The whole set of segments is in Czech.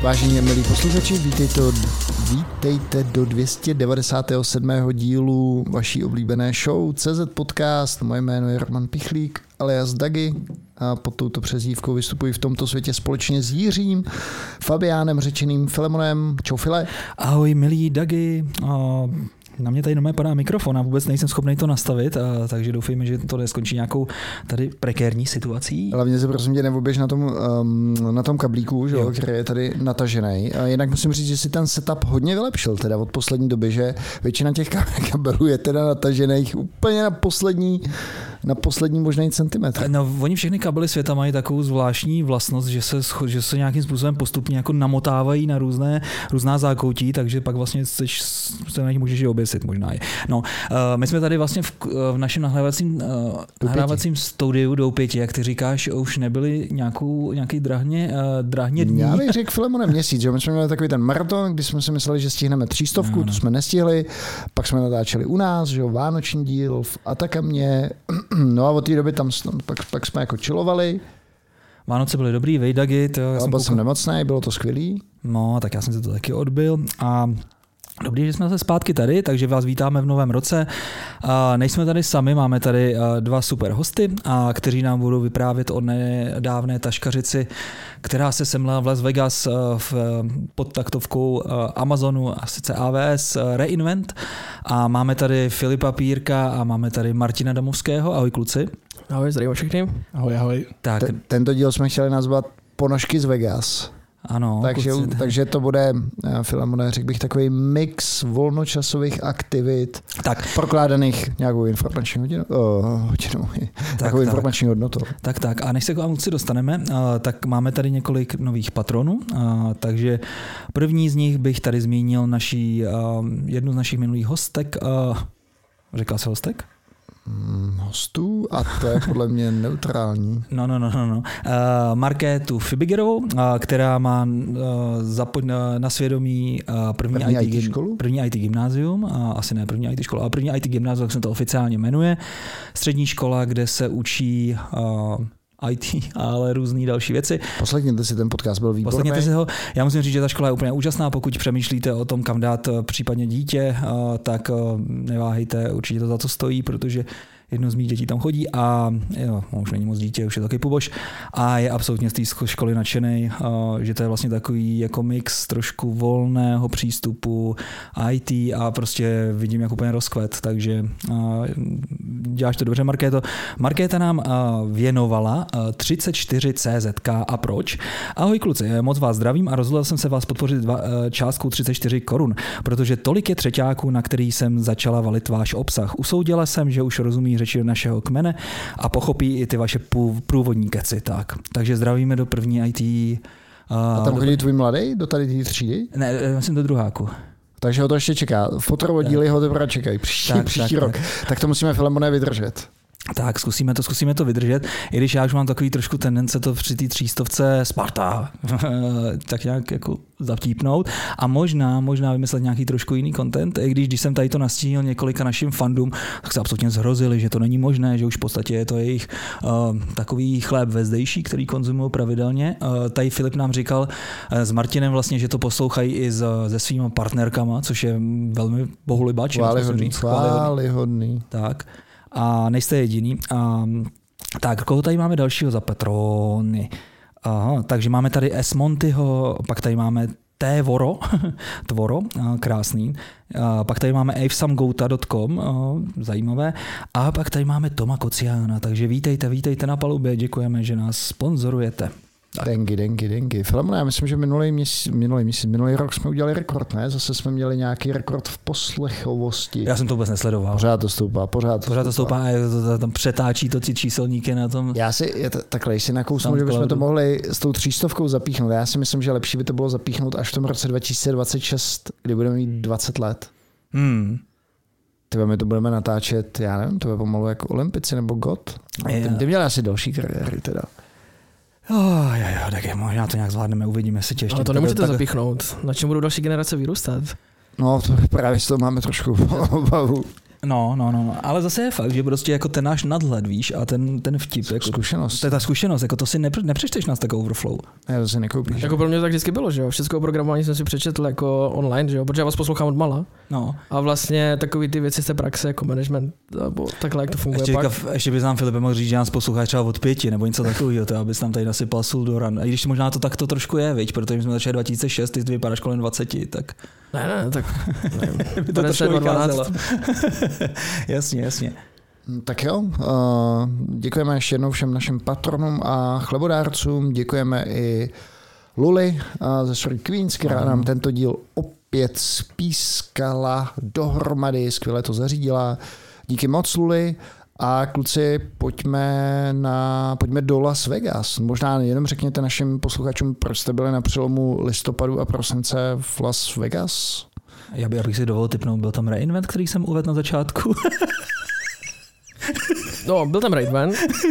Vážení milí posluchači, vítejte do 297. dílu vaší oblíbené show CZ Podcast. Moje jméno je Roman Pichlík, alias Dagi, a pod touto přezdívkou vystupuji v tomto světě společně s Jiřím, Fabiánem, řečeným Filemonem. Čau File. Ahoj milí Dagi. Na mě tady normálně padá mikrofon a vůbec nejsem schopný to nastavit, takže doufejme, že to neskončí nějakou tady prekérní situací. Hlavně se prosím tě neoběž na tom kablíku, že, který je tady natažený. A jinak musím říct, že si ten setup hodně vylepšil teda od poslední doby, že většina těch kabelů je teda natažených úplně na poslední možný centimetr. No, oni všechny kabely světa mají takovou zvláštní vlastnost, že se nějakým způsobem postupně jako namotávají na různá zákoutí, takže pak vlastně se na nich můžeš oběsit možná je. No, my jsme tady vlastně v našem nahrávacím studiu do 5, jak ty říkáš, už nebyli nějaký drahně dní. Já bych řekl Filemone měsíc, že my jsme měli takový ten maraton, kdy jsme si mysleli, že stihneme 300, to jsme nestihli, pak jsme natáčeli u nás, že jo, vánoční díl v Atakamě, no a od té doby tam pak jsme jako chillovali. Vánoce byly dobrý, Vejdagi. Byl jsem nemocný, bylo to skvělý. No, tak já jsem se to taky odbyl a dobrý, že jsme se zpátky tady, takže vás vítáme v novém roce. Nejsme tady sami, máme tady dva super hosty, kteří nám budou vyprávět o nedávné taškařici, která se semla v Las Vegas pod taktovkou Amazonu, a sice AWS Reinvent. A máme tady Filipa Pírka a máme tady Martina Damovského. Ahoj kluci. Ahoj, zdravím všechny. Ahoj, ahoj. Tak. Tento díl jsme chtěli nazvat Ponožky z Vegas. Ano, takže to bude, Filemone, řekl bych, takový mix volnočasových aktivit, tak prokládaných nějakou informační hodinou, takovou informační hodnotou. Tak. A než se k vám dostaneme, tak máme tady několik nových patronů, takže první z nich bych tady zmínil jednu z našich minulých hostek. Řekla se hostek? Hostů a to je podle mě neutrální. No. Markétu Fibigerovou, která má na svědomí první IT gymnázium, asi ne první IT škola, ale první IT gymnázium, jak se to oficiálně jmenuje. Střední škola, kde se učí IT, ale různý další věci. Poslechněte si, ten podcast byl výborný. Poslechněte si ho. Já musím říct, že ta škola je úplně úžasná. Pokud přemýšlíte o tom, kam dát případně dítě, tak neváhejte, určitě to za to stojí, protože jedno z mých dětí tam chodí a už není moc dítě, už je taky puboš a je absolutně z té školy nadšenej, že to je vlastně takový jako mix trošku volného přístupu IT a prostě vidím jak úplně rozkvet, takže děláš to dobře, Markéto. Markéta nám věnovala 34 CZK a proč? Ahoj kluci, moc vás zdravím a rozhodl jsem se vás podpořit částkou 34 korun, protože tolik je třeťáků, na který jsem začala valit váš obsah. Usoudila jsem, že už rozumí řeči našeho kmene a pochopí i ty vaše průvodní keci. Takže zdravíme do první IT. A tam chodí tvůj mladý do tady té třídy? Ne, myslím do druháku. Takže ho to ještě čeká. Fotovodíly ho teprve čekají příští rok. Tak to musíme, Filemone, vydržet. Tak, zkusíme to vydržet, i když já už mám takový trošku tendence to při té 300 Sparta tak nějak jako zatípnout a možná vymyslet nějaký trošku jiný content, i když jsem tady to nastínil několika našim fandům, tak se absolutně zhrozili, že to není možné, že už v podstatě je to jejich takový chléb vezdejší, který konzumují pravidelně. Tady Filip nám říkal s Martinem vlastně, že to poslouchají i se svýma partnerkama, což je velmi bohulibá. Chvályhodný. Tak. A nejste jediný. Tak, koho tady máme dalšího za patrony? Takže máme tady Esmontyho, pak tady máme Tvoro, krásný. Pak tady máme avesamgouta.com, zajímavé. A pak tady máme Toma Kociána, takže vítejte na palubě, děkujeme, že nás sponzorujete. Denky. Filemone, já myslím, že minulý rok jsme udělali rekord, ne? Zase jsme měli nějaký rekord v poslechovosti. Já jsem to vůbec nesledoval. Pořád to stoupá. A tam přetáčí to ty číselníky na tom. Takhle, si nakousnu, že bychom to mohli s tou 300 zapíchnout. Já si myslím, že lepší by to bylo zapíchnout až v tom roce 2026, kdy budeme mít 20 let. My to budeme natáčet, já nevím, to je pomalu jako Olympici nebo God. Ty měli asi další kariéry teda. Tak možná to nějak zvládneme, uvidíme si tě ještě. Ale to nemůžete zapíchnout. Na čem budou další generace vyrůstat? No, právě z toho máme trošku obavu. No, ale zase je fakt, že prostě jako ten náš nadhled, víš, a ten vtip. Jako, zkušenost. To je ta zkušenost, jako to si nepřečteš na Stack Overflow. Ne, to si nekoupíš. Jako pro mě to tak vždycky bylo, že jo. Všechno programování jsem si přečetl jako online, že jo, protože já vás poslouchám od mala. No. A vlastně takový ty věci z té praxe, jako management, nebo takhle, jak to funguje Ještě bys nám, Filipe, mohl říct, že nás posloucháš třeba od 5 nebo něco takového, to abys tam tady nasypal sůl do ran. A když možná to tak to trošku je, viď, protože jsme začali 2006, ty vypadáš kolem 20, tak... Ne, tak... by to trošku vykázalo. Jasně. Tak jo, děkujeme ještě jednou všem našim patronům a chlebodárcům, děkujeme i Luli ze Sorry Queens, která nám tento díl opět spískala dohromady, skvěle to zařídila. Díky moc, Luli. A kluci, pojďme do Las Vegas. Možná jenom řekněte našim posluchačům, proč jste byli na přelomu listopadu a prosince v Las Vegas? Já bych si dovolil tipnout, byl tam reinvent, který jsem uvedl na začátku. No, byl tam Raidman,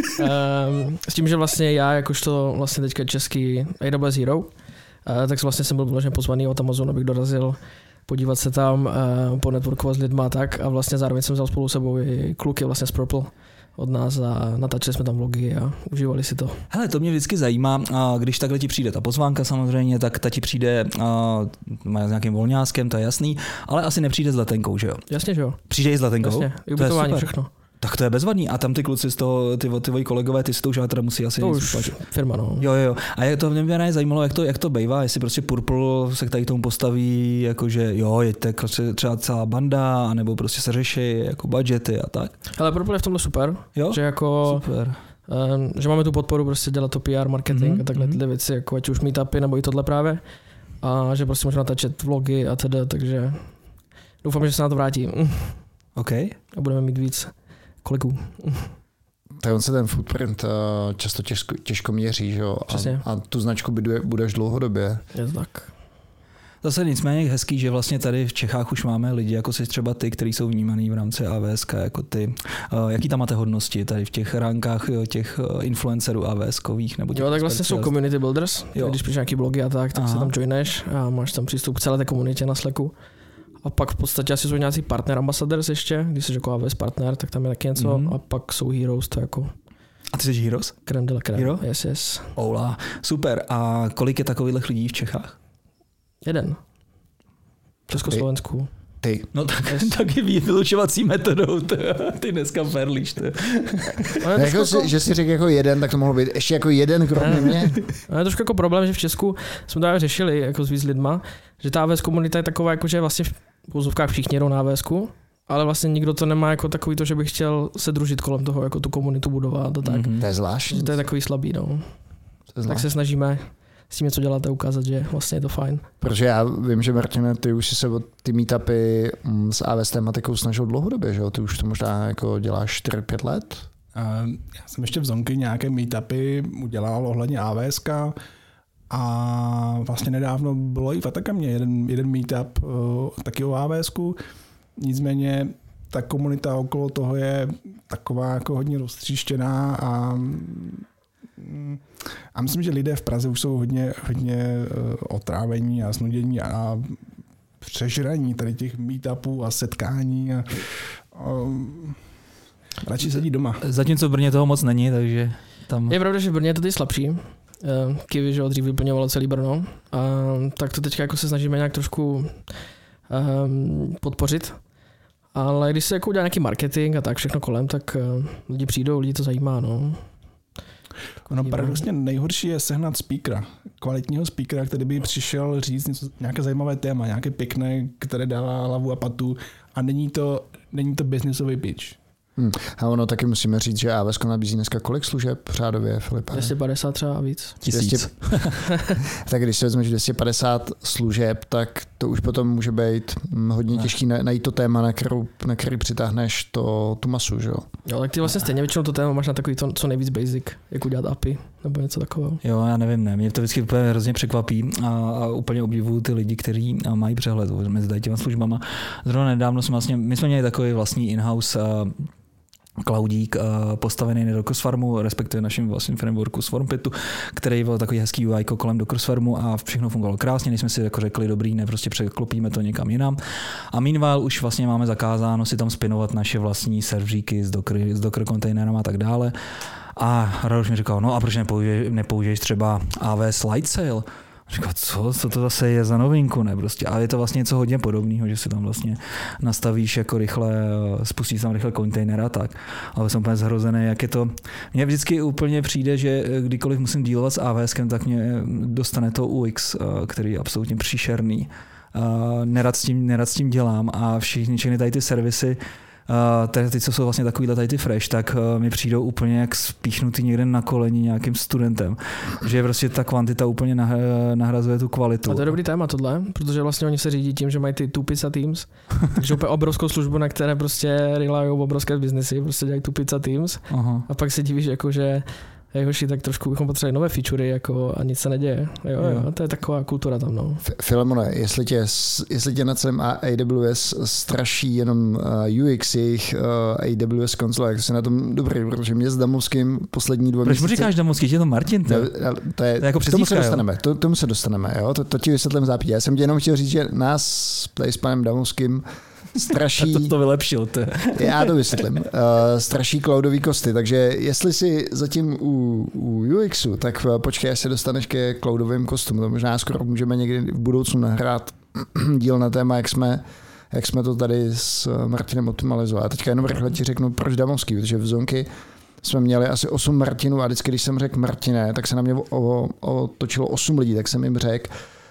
s tím, že vlastně já, jakožto vlastně teďka český AWS Hero, tak vlastně jsem byl vložně pozvaný od Amazonu, abych dorazil podívat se tam, ponetworkovat s lidma tak a vlastně zároveň jsem vzal spolu sebou i kluky vlastně z Purple od nás a natáčeli jsme tam vlogy a užívali si to. Hele, to mě vždycky zajímá, když takhle ti přijde ta pozvánka samozřejmě, tak ta ti přijde s nějakým volňáskem, to je jasný, ale asi nepřijde s letenkou, že jo? Jasně, že jo. Přijde i s letenkou? Jasně, i ubytování, všechno. Tak to je bezvadný. A tam ty kluci z toho, ty tvoji kolegové, ty si to už ale teda musí asi to už zaplatit. Firma, no. Jo. A to mě zajímalo, jak to bývá, jestli prostě Purple se k tady tomu postaví, jakože jo, jeďte třeba celá banda, anebo prostě se řeší jako budgety a tak. Ale Purple je v tomhle super. Jo? Že jako... Super. Že máme tu podporu prostě dělat to PR, marketing a takhle tyhle věci, jako ať už meetupy nebo i tohle právě. A že prostě můžeme natáčet vlogy a teda, takže doufám, že se na to vrátí. OK. A budeme mít víc kolegů. Tak on se ten footprint často těžko měří, že jo? A tu značku budeš dlouhodobě. Je to tak. Zase nicméně hezký, že vlastně tady v Čechách už máme lidi, jako si třeba ty, kteří jsou vnímaný v rámci AWS, jako ty. Jaký tam máte hodnosti tady v těch ránkách těch influencerů AWS-kových? Nebo jo, tak vlastně jsou community builders. Když píšeš nějaký blogy a tak se tam joineš a máš tam přístup k celé té komunitě na Slacku. A pak v podstatě asi jsou nějaký partner ambassadors ještě, když jsi jako AWS partner, tak tam je taky něco. A pak jsou heroes, to jako... A ty jsi heroes? Crème de la crème. Hero? Yes. Oula, super. A kolik je takových lidí v Čechách? 1. V Československu. Ty. No tak, taky vylučovací metodou, ty dneska perlíš. Jako, že si řekl jako 1, tak to mohlo být ještě jako 1 kromě mě. Je trošku jako problém, že v Česku jsme to řešili jako s víc lidma, že ta AWS komunita je taková, jako, že vlastně v úzovkách všichni jdou na AWSku, ale vlastně nikdo to nemá jako takový to, že by chtěl se družit kolem toho, jako tu komunitu budovat a tak. To je zvláštní. To je takový slabý, no. Tak se snažíme s tím něco dělat a ukázat, že vlastně je to fajn. Protože já vím, že Martine, ty už si se od ty meetupy s AWS tématikou snažil dlouhodobě, že jo? Ty už to možná jako děláš 4-5 let? Já jsem ještě v Zonky nějaké meetupy udělal ohledně AWSka a vlastně nedávno bylo i v Atakamě jeden meetup taky o AWSku. Nicméně ta komunita okolo toho je taková jako hodně roztříštěná a myslím, že lidé v Praze už jsou hodně otrávení a znudění a přežraní tady těch meetupů a setkání a radši sedí doma. Zatímco v Brně toho moc není, takže tam... Je pravda, že v Brně je to ty slabší. Kiwi, že dřív vyplňovalo celý Brno. Tak to teďka jako se snažíme nějak trošku podpořit. Ale když se jako udělá nějaký marketing a tak všechno kolem, tak lidi přijdou, lidi to zajímá, no. No paradoxně nejhorší je sehnat speakera, kvalitního speakera, který by přišel říct nějaké zajímavé téma, nějaké pěkné, které dává hlavu a patu a není to businessový pitch. A ono taky musíme říct, že AWS nabízí dneska kolik služeb řádově, Filipe? 250 třeba a víc. 1000. Tak když se vezmeš 250 služeb, tak to už potom může být hodně těžký najít to téma, na který přitáhneš tu masu, že jo? Jo, tak ty vlastně stejně většinou to téma máš na takový to, co nejvíc basic, jak udělat API nebo něco takového. Jo, já nevím, mě to vždycky úplně hrozně překvapí a úplně obdivuju ty lidi, kteří mají přehled mezi těma službama. Zrovna nedávno my jsme měli takový vlastní in-house cloudík postavený na Docker Swarmu, respektive naším vlastním frameworku Swarmpitu, který byl takový hezký UI kolem Docker Swarmu a všechno fungovalo krásně, než jsme si jako řekli, dobrý, ne, prostě překlopíme to někam jinam. A meanwhile už vlastně máme zakázáno si tam spinovat naše vlastní serveríky s Docker kontejnerama a tak dále. A Radoš mi říkal, no a proč nepoužiješ třeba AWS Lightsail? Říkal, co to zase je za novinku, ne prostě. A je to vlastně něco hodně podobného, že si tam vlastně nastavíš jako rychle, spustíš tam rychle kontejner a tak. Ale jsem úplně zhrozený, jak je to. Mně vždycky úplně přijde, že kdykoliv musím dílovat s AWSkem, tak mě dostane to UX, který je absolutně příšerný. Nerad s tím dělám a všechny tady ty servisy, ty, co jsou vlastně takovýhle tady ty fresh, tak mi přijdou úplně jak spíchnutý někde na koleni nějakým studentem. Že prostě ta kvantita úplně nahrazuje tu kvalitu. A to je dobrý téma tohle, protože vlastně oni se řídí tím, že mají ty two pizza teams, takže úplně obrovskou službu, na které prostě relayují obrovské biznesy, prostě dělají two pizza teams. Aha. A pak se divíš, jako, že hoši, tak trošku bychom potřebovali nové featurey jako, a nic se neděje. Jo, to je taková kultura tam. No. Filemone, jestli tě na celém AWS straší jenom UX jejich AWS konzole, jak jsi na tom dobrý, protože mě s Damovským poslední 2 měsíce... Proč mu říkáš Damovský, je to Martin? To je jako tomu se dostaneme. Jo? To ti vysvětlím v zápětí. Já jsem tě jenom chtěl říct, že nás tady s panem Damovským straší... to vylepšil. Já to vysvětlím. Straší cloudový kosty, takže jestli si zatím u UXu, tak počkej, až se dostaneš ke cloudovým kostům. To možná skoro můžeme někdy v budoucnu nahrát díl na téma, jak jsme to tady s Martinem optimalizovali. A teďka jenom rychle ti řeknu, proč Damovský, protože v Zonky jsme měli asi 8 Martinů a vždycky, když jsem řekl Martine, tak se na mě otočilo 8 lidí, tak jsem jim řekl,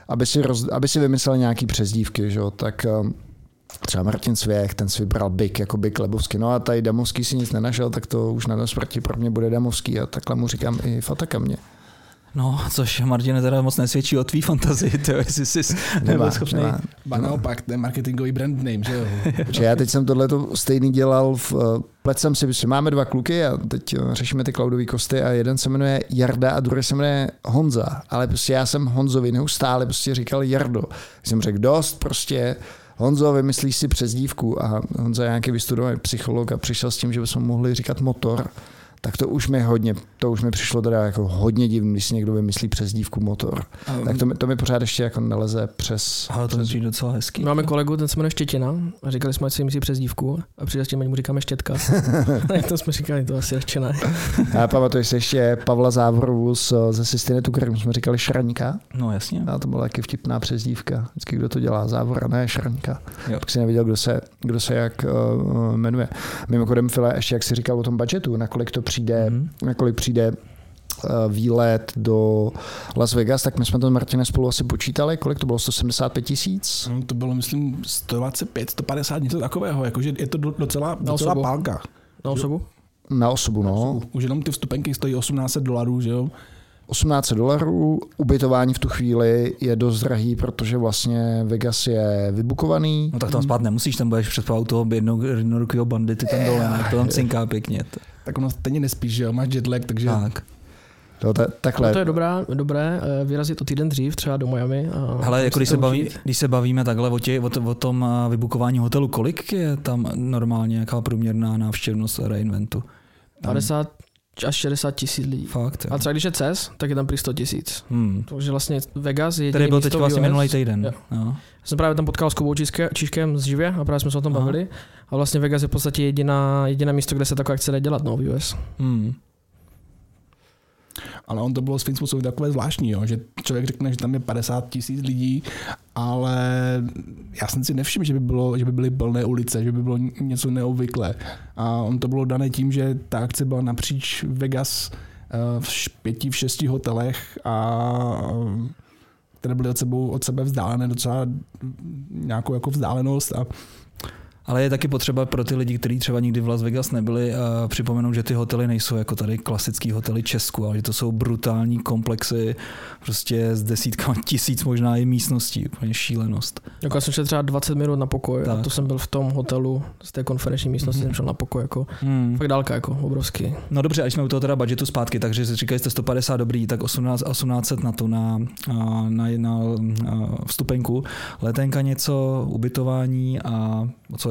aby si vymyslel nějaký přezdívky, že jo, tak třeba Martin Svěch, ten si vybral Big, jako Big Lebovský. No a tady Damovský si nic nenašel, tak to už na smrti pro mě bude Damovský a takhle mu říkám i Fataka mě. No, což Martine teda moc nesvědčí o tvý fantazii, jestli jsi nebyl schopný. Ba naopak, ten marketingový brand name, že jo? Protože já teď jsem tohleto stejný dělal plecem si, máme 2 kluky a teď řešíme ty cloudové kosty a jeden se jmenuje Jarda a druhý se jmenuje Honza, ale prostě já jsem Honzovi neustále prostě říkal Jardo. Jsem řekl dost prostě, Honzo, vymyslíš si přezdívku a Honza je nějaký vystudovaný psycholog a přišel s tím, že bychom mohli říkat motor, tak to už mi přišlo teda jako hodně divný, když si někdo vymyslí přezdívku motor. Tak to mi pořád ještě jako neleze přes... Ale to je docela hezký. Máme kolegu, ten se jmenuje Štětina a říkali jsme, ať si myslí přezdívku a přišel s tím, ať mu říkáme Štětka. Jak to jsme říkali, to asi ještě ne. A pamatuješ si ještě Pavla Závorovu ze Systinetu, kterým jsme říkali Šraňka? No jasně. A to byla taky vtipná přezdívka. Vždycky kdo to dělá, Závora, ne Šraňka. Pak si nevěděl, kdo se jak jmenuje. Mimochodem, File, ještě jak jsi říkal o tom budgetu, nakolik přijde výlet do Las Vegas, tak my jsme to Martine spolu asi počítali, kolik to bylo, 175 000? To bylo, myslím, 125, 150, něco takového, jakože je to docela pálka. Na osobu? Na osobu, no. Už jenom ty vstupenky stojí $1,800, že jo? $1,800, ubytování v tu chvíli je dost drahý, protože vlastně Vegas je vybukovaný. No tak tam spát nemusíš, tam budeš předplavat toho jednoruchého bandity tam dole, ne? To tam cinká pěkně. Tak ono stejně nespíš, že jo? Máš jetlag, takže... Tak. Takhle. No to je dobré vyrazit o týden dřív, třeba do Miami. Hele, jako když se bavíme takhle o tom vybukování hotelu, kolik je tam normálně jaká průměrná návštěvnost reinventu? 50 až 60 000 lidí. Fakt, jo. A třeba když je CES, tak je tam prý 100 000. Takže vlastně Vegas je jediný který byl teď místo vlastně minulý týden. Jo. Jo. Já jsem právě tam potkal s Kubou Číškem z Živě a právě jsme se o tom bavili. A vlastně Vegas je v podstatě jediná místo, kde se taková akce jde dělat, no, v US. Ale on to bylo svým způsobem takové zvláštní, jo? Že člověk řekne, že tam je 50 000 lidí, ale já jsem si nevšiml, že by byly plné ulice, že by bylo něco neobvyklé. A on to bylo dané tím, že ta akce byla napříč Vegas v 5-6 hotelech, které byly od sebe vzdálené docela nějakou jako vzdálenost Ale je taky potřeba pro ty lidi, kteří třeba nikdy v Las Vegas nebyli, připomenout, že ty hotely nejsou jako tady klasický hotely Česku, ale že to jsou brutální komplexy prostě s desítkami tisíc možná i místností, úplně šílenost. Jako já jsem šel třeba 20 minut na pokoj a to jsem byl v tom hotelu z té konferenční místnosti, jsem šel na pokoj, jako fakt dálka, jako obrovský. No dobře, a jsme u toho teda budgetu zpátky, takže říkali jste 150 dobrý, tak 1800 na to na vstupenku, letenka něco, ubytování a co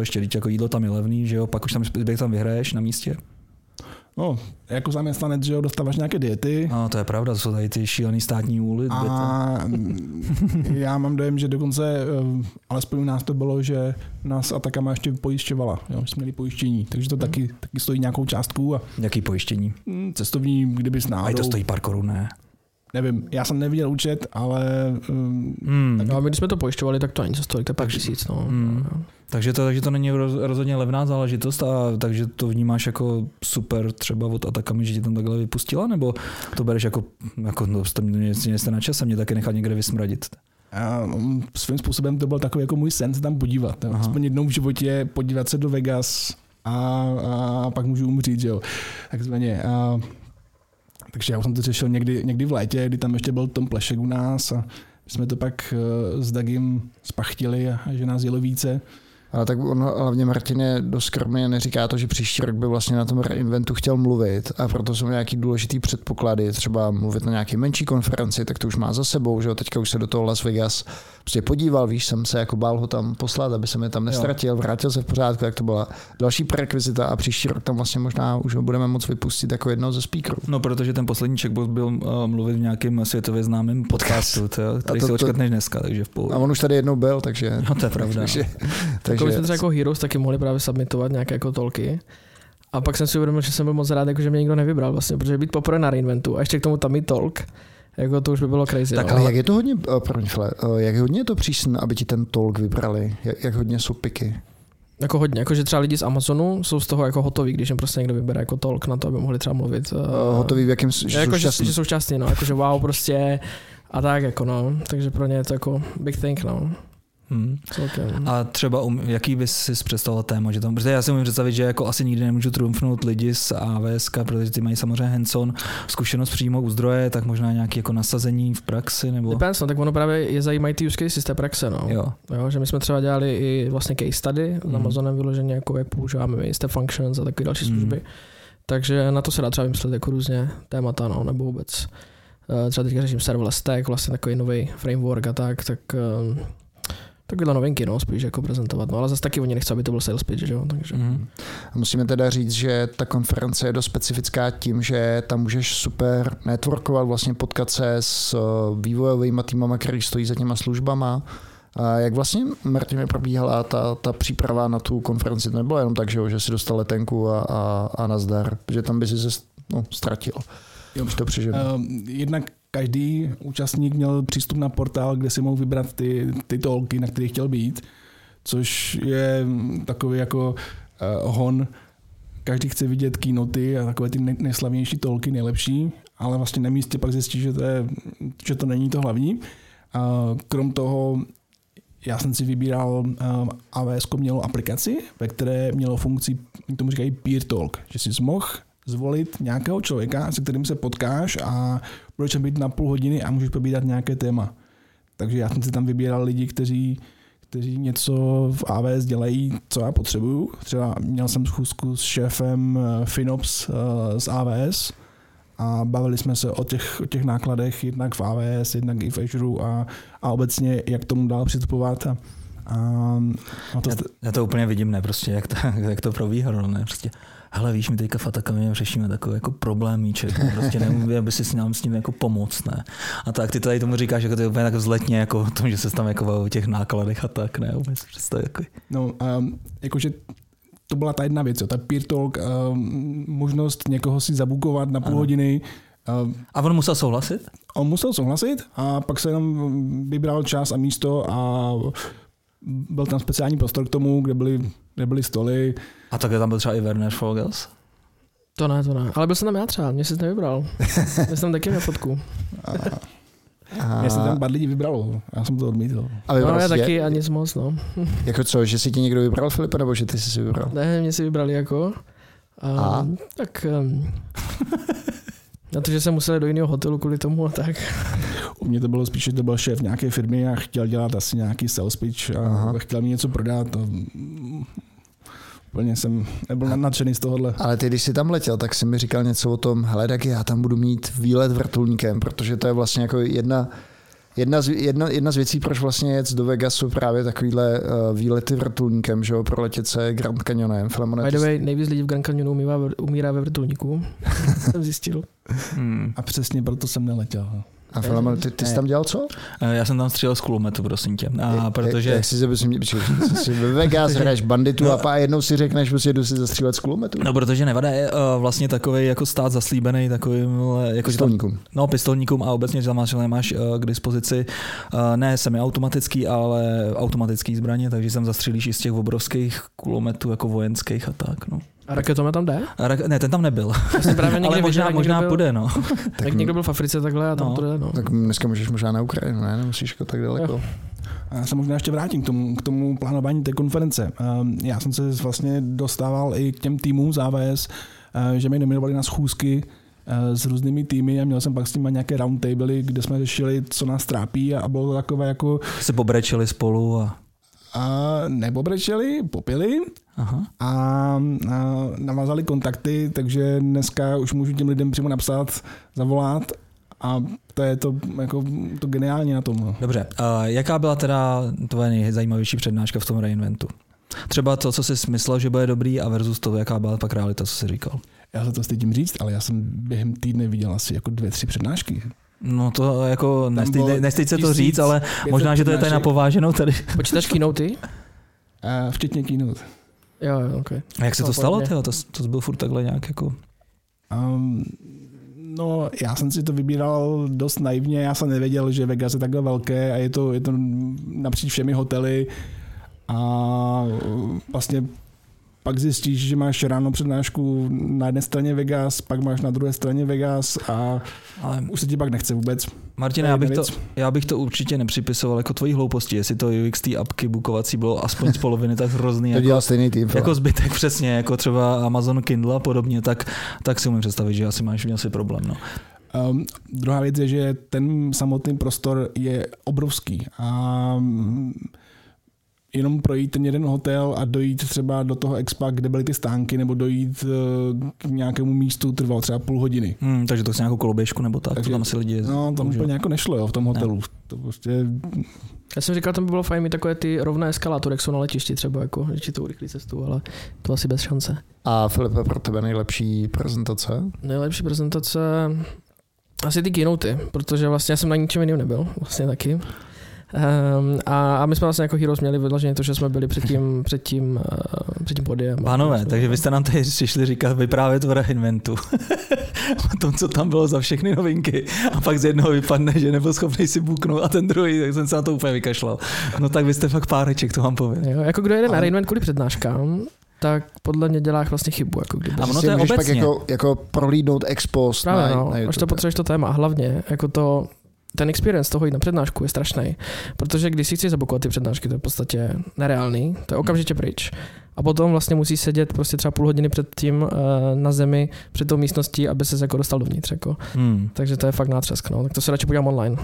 ještě, když jako jídlo tam je levný, že jo, pak už tam zbytek tam vyhraješ na místě. No, jako zaměstnanec, že jo, dostáváš nějaké diety. No, to je pravda, to jsou tady ty šílený státní úly. A já mám dojem, že dokonce, alespoň u nás to bylo, že nás Atakama ještě pojišťovala, jo, jsme měli pojištění, takže to taky stojí nějakou částku. A jaký pojištění? Cestovní, kdybys náhodou. A to stojí pár korun, ne? Nevím, já jsem neviděl účet, ale... Tak, ale my když jsme to pojišťovali, tak to ani stojí, to je pak 1000. No. Takže to není rozhodně levná záležitost, a takže to vnímáš jako super třeba od Atakamy, že ti tam takhle vypustila, nebo to bereš jako jste na čas a mě taky nechat někde vysmradit? Svým způsobem to byl takový jako můj sen se tam podívat. Aspoň jednou v životě podívat se do Vegas a pak můžu umřít, že jo. Takzvaně. Takže já jsem to řešil někdy v létě, kdy tam ještě byl Tom Plešek u nás a jsme to pak s Dagim spachtili a že nás jelo více. Ale tak on hlavně Martin je dost skromný a neříká to, že příští rok by vlastně na tom reinventu chtěl mluvit a proto jsou nějaký důležitý předpoklady, třeba mluvit na nějaké menší konferenci, tak to už má za sebou, že jo, teďka už se do toho Las Vegas prostě podíval, víš, jsem se jako bál ho tam poslat, aby se mi tam nestratil, vrátil se v pořádku, tak to byla další prerekvizita a příští rok tam vlastně možná už ho budeme moct vypustit jako jednoho ze speakerů. No, protože ten poslední checkbox byl mluvit v nějakém světově známém podcastu, který se očkrtneš dneska, takže v pohodě. A on už tady jednou byl, takže... No, to je pravda. Takže jsme třeba jako Heroes taky mohli právě submitovat nějaké jako tolky. A pak jsem si uvědomil, že jsem byl moc rád, jako, že mě nikdo nevybral vlastně, protože být poprvé na reinventu a ještě k tomu tam mít tolk, jako to už by bylo crazy. Tak ale jak je to hodně, jak hodně je to přísné, aby ti ten tolk vybrali? Jak hodně jsou piky? Jako hodně, jakože třeba lidi z Amazonu jsou z toho jako hotoví, když jim prostě někdo vybere jako tolk na to, aby mohli třeba mluvit. Hotoví v jakém, že jsou šťastní, no, jakože wow prostě a tak jako no, takže pro ně je to jako big thing, no. A třeba jaký bys si představoval téma, že tam, protože já si můžu představit, že jako asi nikdy nemůžu trumfnout lidi z AWSK, protože ty mají samozřejmě hands-on zkušenost přímo u zdroje, tak možná nějaké jako nasazení v praxi nebo... Depends, no, tak ono právě je zajímají ty use cases z té praxe, no. Jo, že my jsme třeba dělali i vlastně case study s Amazonem vyloženě, jako jak používáme step functions a takové další služby. Takže na to se dá třeba vymyslet jako různě témata, no, nebo vůbec. Třeba teďka řeším serverless stack, vlastně takový nový framework a tak takovéhle novinky, no, spíš jako prezentovat. No, ale zase taky oni nechci, aby to byl sales pitch, že jo, takže... Musíme teda říct, že ta konference je dost specifická tím, že tam můžeš super networkovat, vlastně potkat se s vývojovými týmama, který stojí za těma službama. A jak vlastně, Martin, probíhala ta příprava na tu konferenci? To nebylo jenom tak, že jsi dostal letenku a nazdar, že tam by si se ztratil. Jo, to přežil. Jednak každý účastník měl přístup na portál, kde si mohl vybrat ty tolky, na kterých chtěl být, což je takový jako hon. Každý chce vidět keynoty a takové ty nejslavnější tolky, nejlepší, ale vlastně na místě pak zjistí, že to není to hlavní. Krom toho já jsem si vybíral, AWS mělo aplikaci, ve které mělo funkci, tomu říkají peer talk, že jsi mohl zvolit nějakého člověka, se kterým se potkáš a budeš být na půl hodiny a můžeš pobídat nějaké téma. Takže já jsem si tam vybíral lidi, kteří něco v AWS dělají, co já potřebuju. Třeba měl jsem schůzku s šéfem FinOps z AWS a bavili jsme se o těch nákladech jednak v AWS, jednak i v Azure a obecně, jak tomu dál přistupovat. Já to úplně vidím, ne, prostě, jak to probíhalo, ne, prostě. Hele, víš, my teďka v Atakamě řešíme takový jako problémíček, no, prostě nevím, aby si s ním jako pomoct, ne. A tak ty tady tomu říkáš, jako to je úplně tak vzletně, jako o tom, že se tam jako o těch nákladech a tak, ne, úplně si představit jako. No, jakože to byla ta jedna věc, jo, ta peer talk, možnost někoho si zabukovat na půl hodiny. A on musel souhlasit? On musel souhlasit a pak se jenom vybral čas a místo a byl tam speciální prostor k tomu, kde byly stoly. A také tam byl třeba i Werner Vogels? To ne. Ale byl jsem tam já třeba, mě jsi nevybral. Já jsem tam taky na fotku. Mě se tam pár lidí vybralo, já jsem to odmítl. No já taky a nic moc, no. Jako co, že si ti někdo vybral, Filipe, nebo že ty jsi si vybral? Ne, mě si vybrali jako. Tak... Na to, že jsem musel do jiného hotelu kvůli tomu a tak. U mě to bylo spíš, že to byl šéf nějaké firmy a chtěl dělat asi nějaký sales pitch a chtěl mi něco prodat. Úplně jsem nebyl nadšený z tohohle. Ale ty, když jsi tam letěl, tak jsi mi říkal něco o tom, hele, tak já tam budu mít výlet vrtulníkem, protože to je vlastně jako jedna Jedna z věcí, proč vlastně jet do Vegasu právě takovýhle výlety vrtulníkem, že jo, proletět se Grand Canyonem. By the way, nejvíc lidí v Grand Canyonu umírá ve vrtulníku. Jsem zjistil. A přesně proto jsem neletěl. A Filemon, ty jsi tam dělal co? Já jsem tam střílel z kulometu, prosím tě. Protože... Jak si ve Vegas hraješ banditu a jednou si řekneš, že jdu si zastřílet z kulometu? No, protože Nevada je vlastně takový jako stát zaslíbený takovým... Jako pistolníkům. No, pistolníkům a obecně, že tam máš k dispozici ne semiautomatický, ale automatický zbraně, takže tam zastřílíš i z těch obrovských kulometů jako vojenských a tak, no. A raketomet tam jde? Ne, ten tam nebyl. Ale možná půjde, no. Tak někdo byl v Africe takhle a tam to jde, no. Tak dneska můžeš možná na Ukrajinu, ne? Nemusíš jako tak daleko. Jo. Já se možná ještě vrátím k tomu plánování té konference. Já jsem se vlastně dostával i k těm týmům z AWS, že mě nominovali na schůzky s různými týmy a měl jsem pak s nimi nějaké roundtabley, kde jsme řešili, co nás trápí a bylo to takové jako... Se pobrečeli spolu a nepobrečeli, popili. Aha. A navázali kontakty, takže dneska už můžu těm lidem přímo napsat, zavolat a to je to, jako, to geniální na tom. Dobře, jaká byla teda tvoje nejzajímavější přednáška v tom reinventu? Třeba to, co jsi myslel, že bude dobrý a versus to, jaká byla pak realita, co jsi říkal? Já se to stydím říct, ale já jsem během týdne viděl asi jako 2-3 přednášky. No to jako nestýď se to říct, ale možná, že to je tady napováženou tady. Počítáš keynoty? Včetně keynote. Jo, ok. A jak se to stalo? To byl furt takhle nějak jako... No, já jsem si to vybíral dost naivně, já jsem nevěděl, že Vegas je takhle velké a je to napříč všemi hotely a vlastně pak zjistíš, že máš ráno přednášku na jedné straně Vegas, pak máš na druhé straně Vegas a už se ti pak nechce vůbec. Martine, já bych to určitě nepřipisoval jako tvojí hlouposti, jestli to UX té apky bukovací bylo aspoň z poloviny tak hrozný. To dělal stejný tým. Jako zbytek přesně, jako třeba Amazon Kindle a podobně, tak si umím představit, že asi máš měl si problém. No. Druhá věc je, že ten samotný prostor je obrovský a jenom projít ten jeden hotel a dojít třeba do toho expa, kde byly ty stánky, nebo dojít k nějakému místu trvalo třeba půl hodiny. Takže to s nějakou koloběžku nebo tak, takže, to tam asi lidi... No, tam úplně jako nešlo, jo, v tom hotelu. To prostě... Já jsem říkal, tam by bylo fajn mít takové ty rovné eskalátory, jak jsou na letišti třeba, jako, že tu rychlý cestu, ale to asi bez šance. A Filipe, pro tebe nejlepší prezentace? Nejlepší prezentace... Asi ty keynoty, protože vlastně já jsem na ničem jiným nebyl, vlastně taky. A my jsme vlastně jako Heroes měli vyloženě to, že jsme byli před tím podiem. Pánové, takže vy jste nám tady přišli říkat vyprávět o reinventu. O tom, co tam bylo za všechny novinky. A pak z jednoho vypadne, že nebyl schopný si buknout a ten druhý, tak jsem se na to úplně vykašlal. No tak vy jste fakt páreček, to vám povím. Jo, jako kdo jede na reinvent kvůli přednáškám, tak podle mě děláš vlastně chybu. Jako kdyby. A ono to je obecně. Pak jako prolídnout expost právě, na YouTube. Až to potřebuješ to téma. A hlavně jako to, ten experience toho jít na přednášku je strašný, protože když si chceš zabukovat ty přednášky, to je v podstatě nereálný, to je okamžitě pryč. A potom vlastně musíš sedět prostě třeba půl hodiny před tím na zemi, před tou místností, aby ses jako dostal dovnitř. Jako. Takže to je fakt nátřesk. No. Tak to se radši podívám online.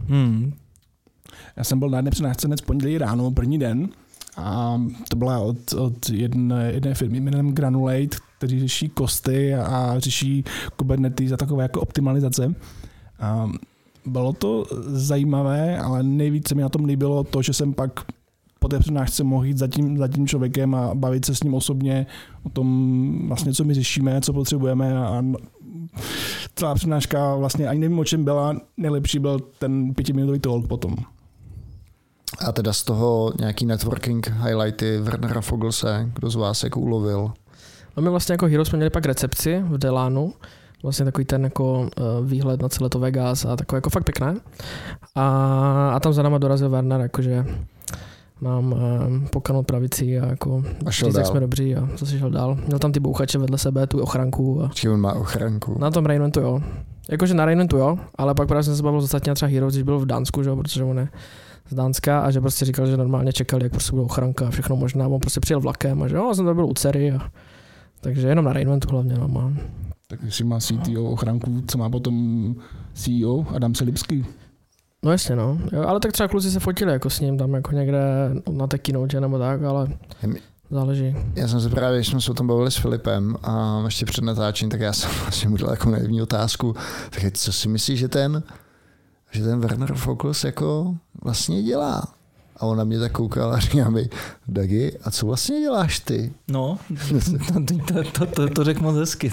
Já jsem byl na jedné přednášce dnes pondělí ráno, první den. A to byla od jedné firmy jménem Granulate, kteří řeší kosty a řeší Kubernetes a takové jako optimalizace. A bylo to zajímavé, ale nejvíce mi na tom líbilo to, že jsem pak po té přednášce mohl jít za tím člověkem a bavit se s ním osobně o tom, vlastně, co my řešíme, co potřebujeme a celá přednáška vlastně ani nevím, o čem byla, nejlepší byl ten 5minutový talk potom. A teda z toho nějaký networking highlighty Wernera Foglse, kdo z vás jako ulovil? No my vlastně jako Heroes jsme měli pak recepci v Delánu, vlastně takový ten jako výhled na celé to Vegas a takové jako fakt pěkné. A tam za náma dorazil Werner, jakože nám pokanul pravicí a jako říct, jak jsme dobří a zase šel dál. Měl tam ty bouchače vedle sebe, tu ochranku. Či on má ochranku? Na tom reinventu jo. Jakože na reinventu jo, ale pak právě jsem se bavil z ostatně třeba Heroes, když byl v Dánsku, že? Protože on je z Dánska a že prostě říkal, že normálně čekali, jak prostě bude ochranka a všechno možná. On prostě přijel vlakem a že jo, jsem tam byl u dcery. Takže jenom na reinventu hlavně no, mám. Tak jestli má CTO ochranku, co má potom CEO Adam Selipský? No jasně, no. Jo, ale tak třeba kluci se fotili jako s ním tam jako někde na té keynote nebo tak, ale záleží. Já jsem se právě, když jsme se o tom bavili s Filipem a ještě před natáčením, tak já jsem vlastně mu dal jako naivní otázku. Tak co si myslíš, že ten že ten Werner Vogels jako vlastně dělá. A on na mě tak koukal a říká mi, Dagi, a co vlastně děláš ty? No, to řekl moc hezky.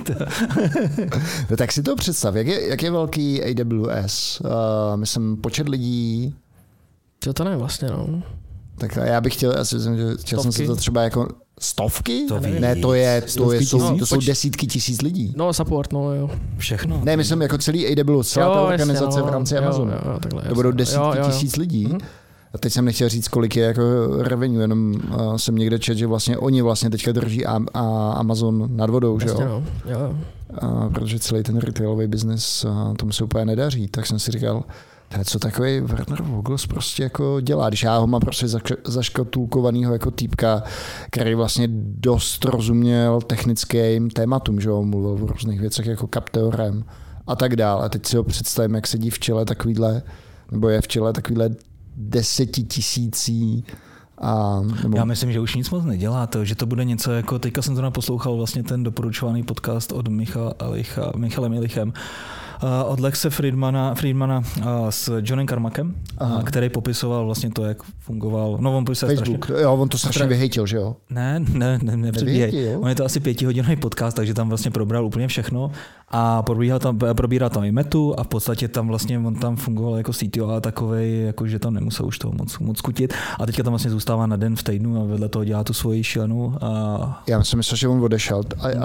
No, tak si to představ, jak je velký AWS? Myslím, počet lidí. To nevím vlastně, no. Tak já bych chtěl, já si myslím, že chtěl jsem se to třeba jako stovky? To ne, to jsou desítky tisíc lidí. No, support, no jo. Všechno. Ne, myslím jako celý AWS, celá ta organizace v rámci Amazonu. To budou desítky tisíc lidí. A teď jsem nechtěl říct, kolik je jako revenue, jenom jsem někde četl, že vlastně oni vlastně teďka drží Amazon nad vodou, že jo? Jo. Protože celý ten retailový biznis tomu se úplně nedaří, tak jsem si říkal, co takový Werner Vogels prostě jako dělá, když já ho mám prostě zaškatulkovanýho jako týpka, který vlastně dost rozuměl technickým tématům, že jo, mluvil o různých věcech jako Capteorem a tak dále. A teď si ho představím, jak sedí v čele takovýhle, nebo je v čele takovýhle 10 000 Já myslím, že už nic moc nedělá to, že to bude něco jako, teďka jsem to naposlouchal vlastně ten doporučovaný podcast od Michalem Elichem, od Lexe Friedmana s Johnem Carmackem, který popisoval vlastně to, jak fungoval. No, on popisoval Facebook, strašně. Jo, on to strašně vyhejtil, že jo? Ne, on je to asi 5hodinový podcast, takže tam vlastně probral úplně všechno a probíral tam i metu a v podstatě tam vlastně on tam fungoval jako CTO a takovej, jako že tam nemusel už toho moc kutit a teďka tam vlastně zůstává na den v týdnu a vedle toho dělá tu svoji šílenou. Já jsem myslel, že on odešel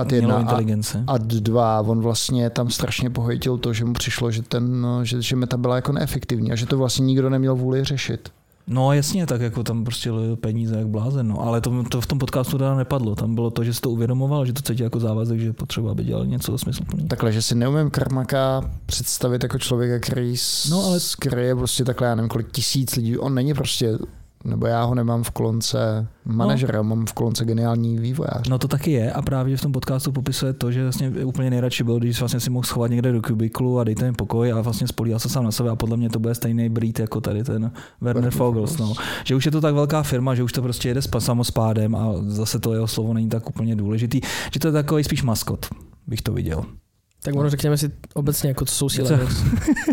a dva, on vlastně tam strašně pohejtil to, že mu přišlo, že meta byla jako neefektivní a že to vlastně nikdo neměl vůli řešit. No jasně, tak jako tam prostě peníze jak blázen, no. Ale to v tom podcastu teda nepadlo. Tam bylo to, že si to uvědomoval, že to cítí jako závazek, že je potřeba, aby dělal něco smysluplného. Takhle, že si neumím Carmacka představit jako člověka, který je prostě takhle, já nevím, kolik tisíc lidí. On není prostě, nebo já ho nemám v kolonce manažera, mám v kolonce geniální vývojář. No to taky je a právě v tom podcastu popisuje to, že vlastně úplně nejradši byl, když vlastně si mohl schovat někde do kubiklu a dejte mi pokoj a vlastně spolíhal se sám na sebe a podle mě to bude stejný breed jako tady ten Werner Vogels. No. Že už je to tak velká firma, že už to prostě jede samospádem a zase to jeho slovo není tak úplně důležitý, že to je takový spíš maskot, bych to viděl. Tak ono řekněme si obecně, jako co jsou C-levels.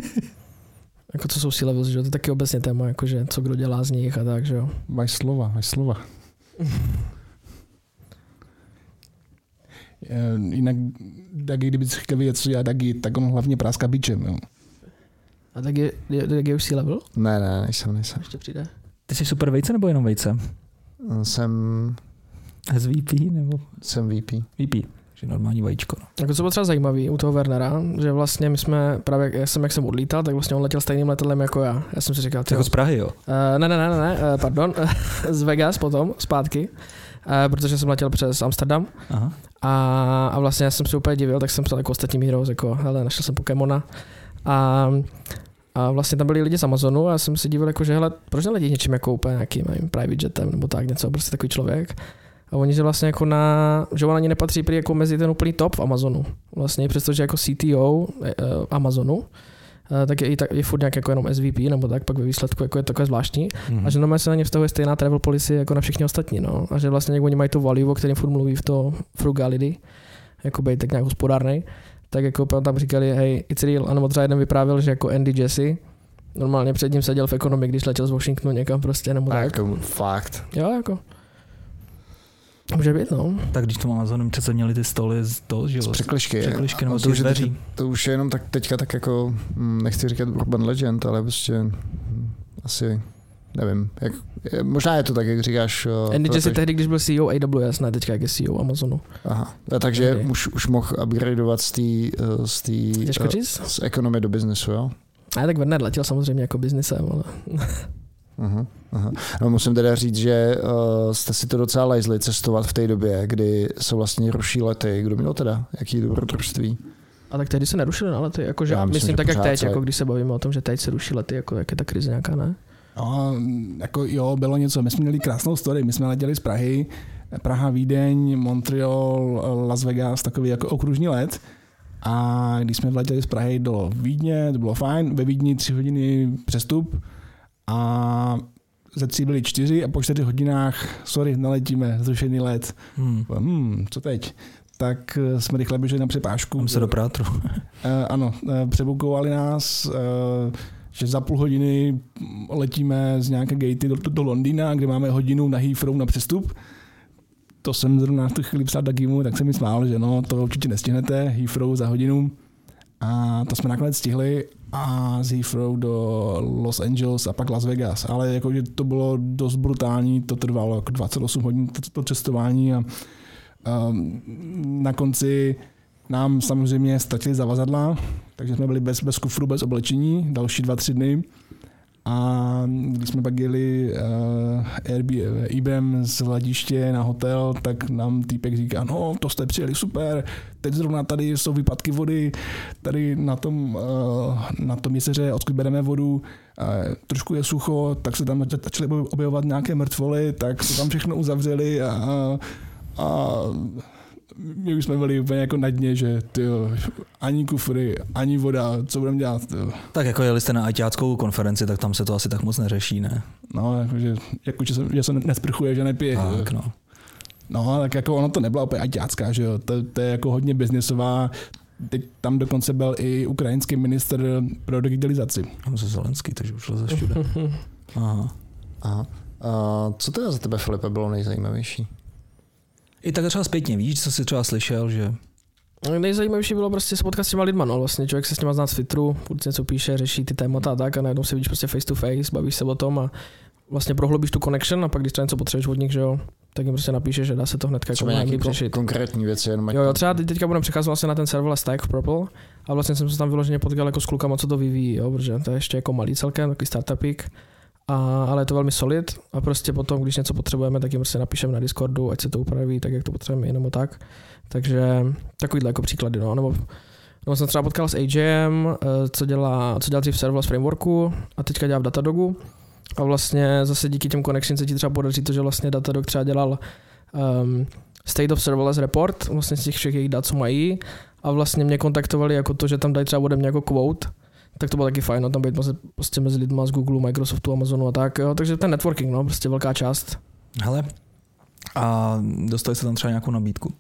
Jako co jsou C-levels, že to je taky obecně téma, jakože co kdo dělá z nich a tak, že jo. Máš slova. Jinak Dagi, kdyby si chtěl vědět, co dělá Dagi, tak on hlavně práská bičem, jo. A Dagi je už C-level? Ne, nejsem. Ještě přijde. Ty jsi super vejce nebo jenom vejce? Jsem SVP nebo? Jsem VP. Že normální vajíčko. No. Jako co bylo třeba zajímavý u toho Wernera, že vlastně my jsme právě, jak jsem odlítal, tak vlastně on letěl stejným letadlem jako já. Já jsem si říkal, jako z Prahy, jo? Pardon, z Vegas potom, zpátky, protože jsem letěl přes Amsterdam. Aha. A vlastně já jsem se úplně divil, tak jsem psal jako ostatním Heroes, jako hele, našel jsem Pokémona. A vlastně tam byli lidi z Amazonu a já jsem si divil, jako, že hele, proč neletí něčím jako úplně nějakým private jetem nebo tak něco, prostě takový člověk. A oni, že vlastně jako že on ani nepatří prý jako mezi ten úplný top v Amazonu. Vlastně přestože jako CTO Amazonu, tak je furt nějak jako jenom SVP nebo tak, pak ve výsledku jako je takové zvláštní. A že normálně se na ně vztahuje stejná travel policy jako na všichni ostatní. No. A že vlastně oni mají to value, o kterém furt mluví v to frugality, jako být tak nějak hospodárnej. Tak jako tam říkali, hej, it's real. A nebo třeba jeden vyprávěl, že jako Andy Jassy normálně před ním seděl v ekonomii, když letěl z Washingtonu někam prostě nebo tak. Jako fakt. Jo, jako. Může být, no. Tak když to Amazonem přece měli ty stoly z překlišky nebo to dveří. To už je jenom tak teďka tak jako, nechci říkat urban legend, ale prostě asi, nevím, možná je to tak, jak říkáš. Andy Jassy tehdy, když byl CEO AWS, ne teďka jak je CEO Amazonu. Aha, takže už mohl upgradeovat z ekonomie do biznesu, jo? A tak Werner letěl samozřejmě jako biznisem, ale... Aha. No, musím teda říct, že jste si to docela lajzli cestovat v té době, kdy se vlastně ruší lety. Kdo měl teda? Jaký dobrodružství? A tak tehdy se nerušily na lety, jakože myslím tak jak teď, jako když se bavíme o tom, že teď se ruší lety, jako jak je ta krize nějaká, ne? No, jako jo, bylo něco. My jsme měli krásnou story, my jsme letěli z Prahy, Praha, Vídeň, Montreal, Las Vegas, takový jako okružní let. A když jsme letěli z Prahy do Vídně, to bylo fajn, ve Vídni 3 hodiny přestup a ze 3 byly 4 a po 4 hodinách, sorry, neletíme, zrušený let. Co teď? Tak jsme rychle běželi na přepážku. Tam se do Prátru. Ano, přebukovali nás, že za půl hodiny letíme z nějaké gatey do Londýna, kde máme hodinu na Heathrow na přestup. To jsem zrovna v tu chvíli psal Dagimu, tak jsem mi smál, že no, to určitě nestihnete, Heathrow za hodinu. A to jsme nakonec stihli a z Heathrow do Los Angeles a pak Las Vegas. Ale jakože to bylo dost brutální, to trvalo jako 28 hodin to cestování a na konci nám samozřejmě ztratili zavazadla, takže jsme byli bez kufru, bez oblečení další 2-3 dny. A když jsme pak jeli Airbnb z hlediště na hotel, tak nám týpek říká, no to jste přijeli super, teď zrovna tady jsou výpadky vody, tady na tom jezeře, odkud bereme vodu, trošku je sucho, tak se tam začaly objevovat nějaké mrtvoly, tak se tam všechno uzavřeli a my už jsme byli úplně jako na dně, že tyjo, ani kufry, ani voda, co budeme dělat. Tyjo. Tak jako jeli jste na ajťáckou konferenci, tak tam se to asi tak moc neřeší, ne? No, že se nesprchuje, že nepije. Tak, no. No, tak jako ono to nebyla úplně ajťácká, že jo, to je jako hodně biznesová. Teď tam dokonce byl i ukrajinský ministr pro digitalizaci. Tam se Zelenský, takže už leze všude. Aha. Co teda za tebe, Filipe, bylo nejzajímavější? I tak třeba zpětně, víš, co jsi třeba slyšel, že... Nejzajímavější bylo prostě se potkat s těma lidma, no vlastně člověk se s nima zná z Twitteru, furt něco píše, řeší ty témata a tak a najednou se vidíš prostě face to face, bavíš se o tom a vlastně prohloubíš tu connection a pak když třeba něco potřebuješ od nich, že jo, tak jim prostě napíšeš, že dá se to hnedka jako nějaký řešit. Konkrétní věci, jenom jo, třeba teďka budeme přecházet vlastně na ten serverless stack v Purple a vlastně jsem se tam vyloženě potkal jako s klukama, co to vyvíjí, jo, protože to je ještě jako malý celkem, takový startupík. Ale je to velmi solid a prostě potom, když něco potřebujeme, tak jim prostě napíšeme na Discordu, ať se to upraví tak, jak to potřebujeme, jenom tak. Takže takovýhle jako příklady, no. Nebo jsem třeba potkal s AJM, co dělá dřív v serverless frameworku a teďka dělá v Datadogu. A vlastně zase díky těm connection se ti třeba podaří to, že vlastně Datadog třeba dělal State of Serverless Report, vlastně z těch všech jejich dat, co mají. A vlastně mě kontaktovali jako to, že tam dají třeba ode mě jako quote. Tak to bylo taky fajn, no, tam být prostě mezi lidma z Google, Microsoftu, Amazonu a tak, jo, takže ten networking, no, prostě velká část. Hele, a dostali jste tam třeba nějakou nabídku?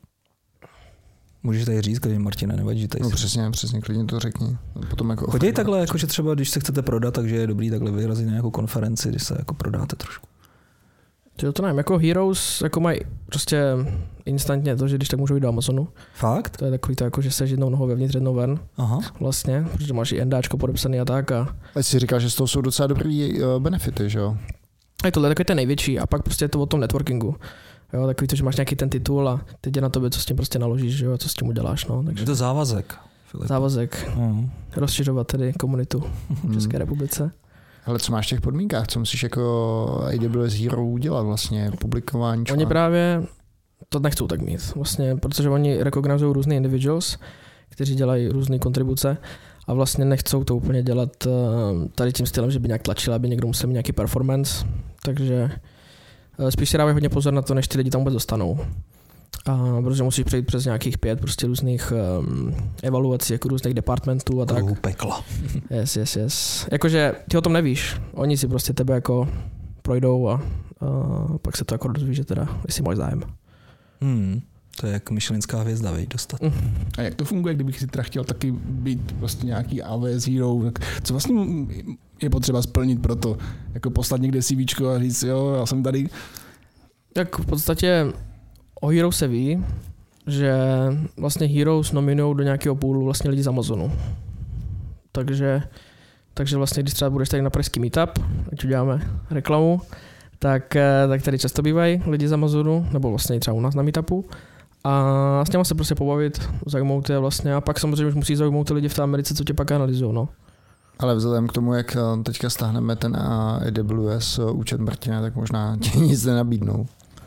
Můžeš tady říct, klidně Martine, nevadí, že tady no přesně, klidně to řekni. Potom jako chodí takhle, jakože třeba když se chcete prodat, takže je dobrý takhle vyrazit na nějakou konferenci, když se jako prodáte trošku. To nevím, jako Heroes jako mají prostě instantně to, že když tak můžou jít do Amazonu. Fakt? To je takový to, jako, že seš jednou nohou vevnitř, jednou ven. Aha. Vlastně, protože máš i NDáčko podepsaný a tak. A jsi říkal, že z toho jsou docela dobrý benefity, že jo? A tohle je takový ten největší a pak prostě je to o tom networkingu. Jo, takový to, že máš nějaký ten titul a teď je na tobě, co s tím prostě naložíš, že jo, co s tím uděláš. No, takže... Je to závazek. Filip. Závazek. Rozšiřovat tedy komunitu v České republice. Ale co máš v těch podmínkách? Co musíš jako AWS Hero udělat vlastně? Publikování? Oni právě to nechcou tak mít. Vlastně, protože oni recognizují různý individuals, kteří dělají různé kontribuce a vlastně nechcou to úplně dělat tady tím stylem, že by nějak tlačili, aby někdo musel mít nějaký performance. Takže spíš si dávají hodně pozor na to, než ty lidi tam vůbec dostanou. Protože musíš přejít přes nějakých 5 prostě různých evaluací, jako různých departmentů a tak. Pekla. Yes. Jakože ty o tom nevíš. Oni si prostě tebe jako projdou a pak se to jako dozví, že teda, jestli máš zájem. To je jak Michelinská hvězda, veď dostat. A jak to funguje, kdybych si teda chtěl taky být prostě nějaký AWS Hero, tak co vlastně je potřeba splnit pro to? Jako poslat někde CVčko a říct, jo, já jsem tady. Tak v podstatě o Hero se ví, že vlastně Heroes nominují do nějakého poolu vlastně lidi z Amazonu. Takže vlastně, když třeba budeš tady na pražský meetup, ať uděláme reklamu, tak tady často bývají lidi z Amazonu, nebo vlastně třeba u nás na meetupu. A s těma se prostě pobavit, zaujmout je vlastně a pak samozřejmě už musí zaujmout ty lidi v té Americe, co tě pak analyzují, no. Ale vzhledem k tomu, jak teďka stáhneme ten AWS účet Martina, tak možná ti nic nenabídnou.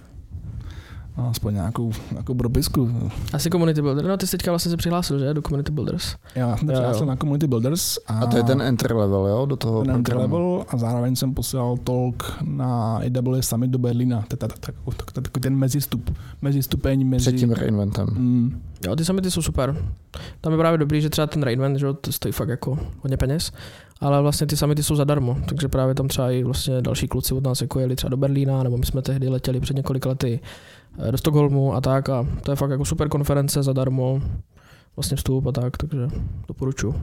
Aspoň nějakou propisku. Asi Community Builder. No ty jsi teďka vlastně se přihlásil, že? Do Community Builders. Já jsem přihlásil na Community Builders. A to je ten entry level, jo? Do toho ten entry level a zároveň jsem posílal talk na AWS Summit do Berlína. Takový ten mezistupeň mezi... Před tím reinventem. Jo, ty summity jsou super. Tam je právě dobrý, že třeba ten reinvent, že to stojí fakt jako hodně peněz. Ale vlastně ty summity jsou zadarmo, takže právě tam třeba i vlastně další kluci od nás jako jeli třeba do Berlína, nebo my jsme tehdy letěli před několika lety do Stockholmu a tak a to je fakt jako super konference zadarmo, vlastně vstup a tak, takže doporučuji.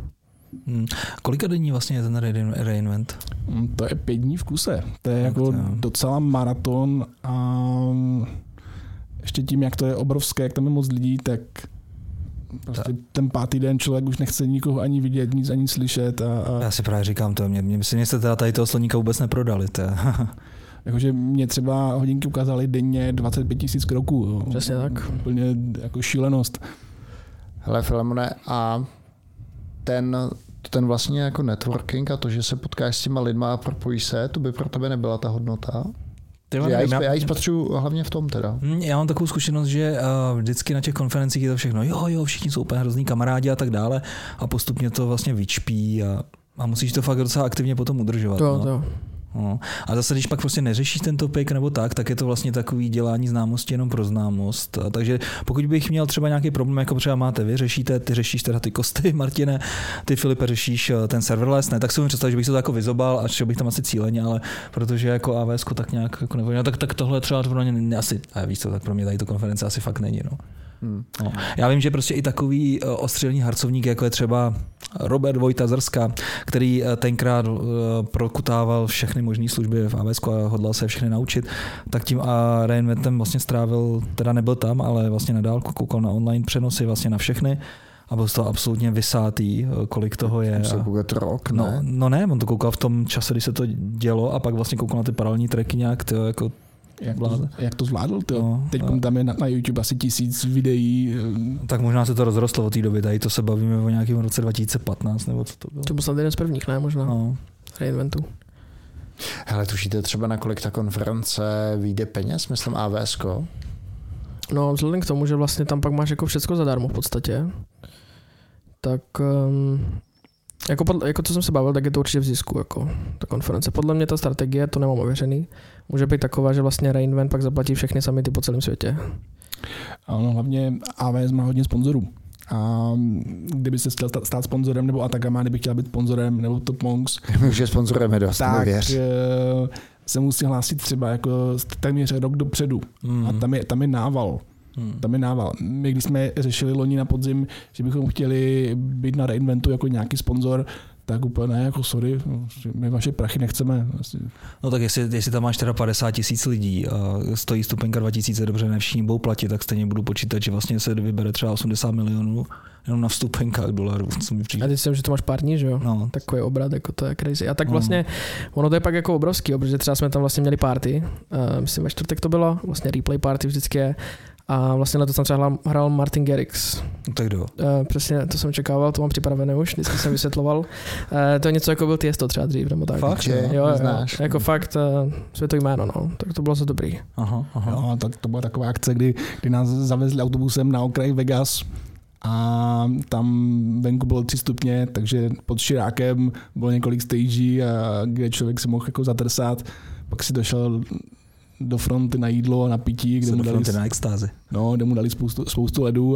Kolika dní vlastně je ten reinvent? To je 5 dní v kuse. To je jako docela maraton a ještě tím, jak to je obrovské, jak tam je moc lidí, tak prostě ten 5. den člověk už nechce nikoho ani vidět, nic ani slyšet. Já si právě říkám to, mě jste teda tady toho sloníka vůbec neprodali. Jakože mě třeba hodinky ukázaly denně 25 000 kroků. Jo. Přesně tak. Úplně jako šílenost. Hele Filemone, a ten vlastně jako networking a to, že se potkáš s těma lidma a propojíš se, to by pro tebe nebyla ta hodnota? Já ji spatřuju hlavně v tom teda. Já mám takovou zkušenost, že vždycky na těch konferencích je to všechno, jo, všichni jsou úplně hrozný kamarádi a tak dále a postupně to vlastně vyčpí a musíš to fakt docela aktivně potom udržovat. To. No. A zase, když pak prostě neřešíš ten topik nebo tak je to vlastně takový dělání známosti jenom pro známost. A takže pokud bych měl třeba nějaký problém, jako třeba máte vy, ty řešíš teda ty kosty, Martine, ty Filipe řešíš ten serverless, ne, tak si mi představit, že bych to jako vyzobal a šel bych tam asi cíleně, ale protože jako AWS tak nějak jako nevím, tak tohle třeba pro mě asi, a víš co, tak pro mě tady to konference asi fakt není, no. No. Já vím, že prostě i takový ostřelní harcovník, jako je třeba Robert Vojta Zrska, který tenkrát prokutával všechny možné služby v AWS a hodlal se všechny naučit, tak tím a reinventem vlastně strávil, teda nebyl tam, ale vlastně na dálku koukal na online přenosy vlastně na všechny a byl z toho absolutně vysátý, kolik toho je. Musel koukat rok, ne? No ne, on to koukal v tom čase, kdy se to dělo a pak vlastně koukal na ty paralelní tracky nějak, tyjo, jako Jak to zvládl? Teď tam je na YouTube asi 1000 videí. Tak možná se to rozrostlo od té doby. Tady to se bavíme o nějakém roce 2015 nebo co to bylo. To byl snad jeden z prvních, ne? Možná. No. Reinventu. Hele, tušíte třeba na kolik ta konference vyjde peněz? Myslím AWS-ko? No, vzhledem k tomu, že vlastně tam pak máš jako všecko zadarmo v podstatě, tak jako co jsem se bavil, tak je to určitě v zisku, jako ta konference. Podle mě ta strategie, to nemám ověřený, může být taková, že vlastně reinvent pak zaplatí všechny summity po celém světě. Ano, hlavně AWS má hodně sponzorů. A kdyby se chtěl stát sponzorem, nebo Atacama, kdyby chtěl být sponzorem, nebo Top Monks, už je sponzorem je dost, tak se musí hlásit třeba jako téměř rok dopředu. A tam je nával. Tam je nával. My, když jsme řešili loni na podzim, že bychom chtěli být na reinventu jako nějaký sponzor, tak úplně ne, jako sorry, my vaše prachy nechceme. No tak jestli tam máš teda 50 000 lidí a stojí stupenka 2000, dobře, ne všichni budou platit, tak stejně budu počítat, že vlastně se vybere třeba 80 milionů jenom na vstupenkách dolarů, co mi přijde. A teď jsem, že to máš pár dní, že jo? No. Takový obrat, jako to je crazy. A tak vlastně, ono to je pak jako obrovský, protože třeba jsme tam vlastně měli party, myslím ve čtvrtek to bylo, vlastně replay party vždycky je. A vlastně na to tam třeba hrál Martin Garrix. Tak kdo? Přesně, to jsem čekával, to mám připravené už, vždycky jsem vysvětloval. To je něco jako byl Tiesto třeba dřív, nebo tak. Fakt, že? Jo, jako fakt světový jméno, no. Tak to bylo za dobrý. Aha. Jo, tak to byla taková akce, kdy nás zavezli autobusem na okraj Vegas a tam venku bylo 3 stupně, takže pod Širákem bylo několik stagí, kde člověk si mohl jako zatrsat. Pak si došel do fronty na jídlo a na pití, kde mu dali spoustu ledů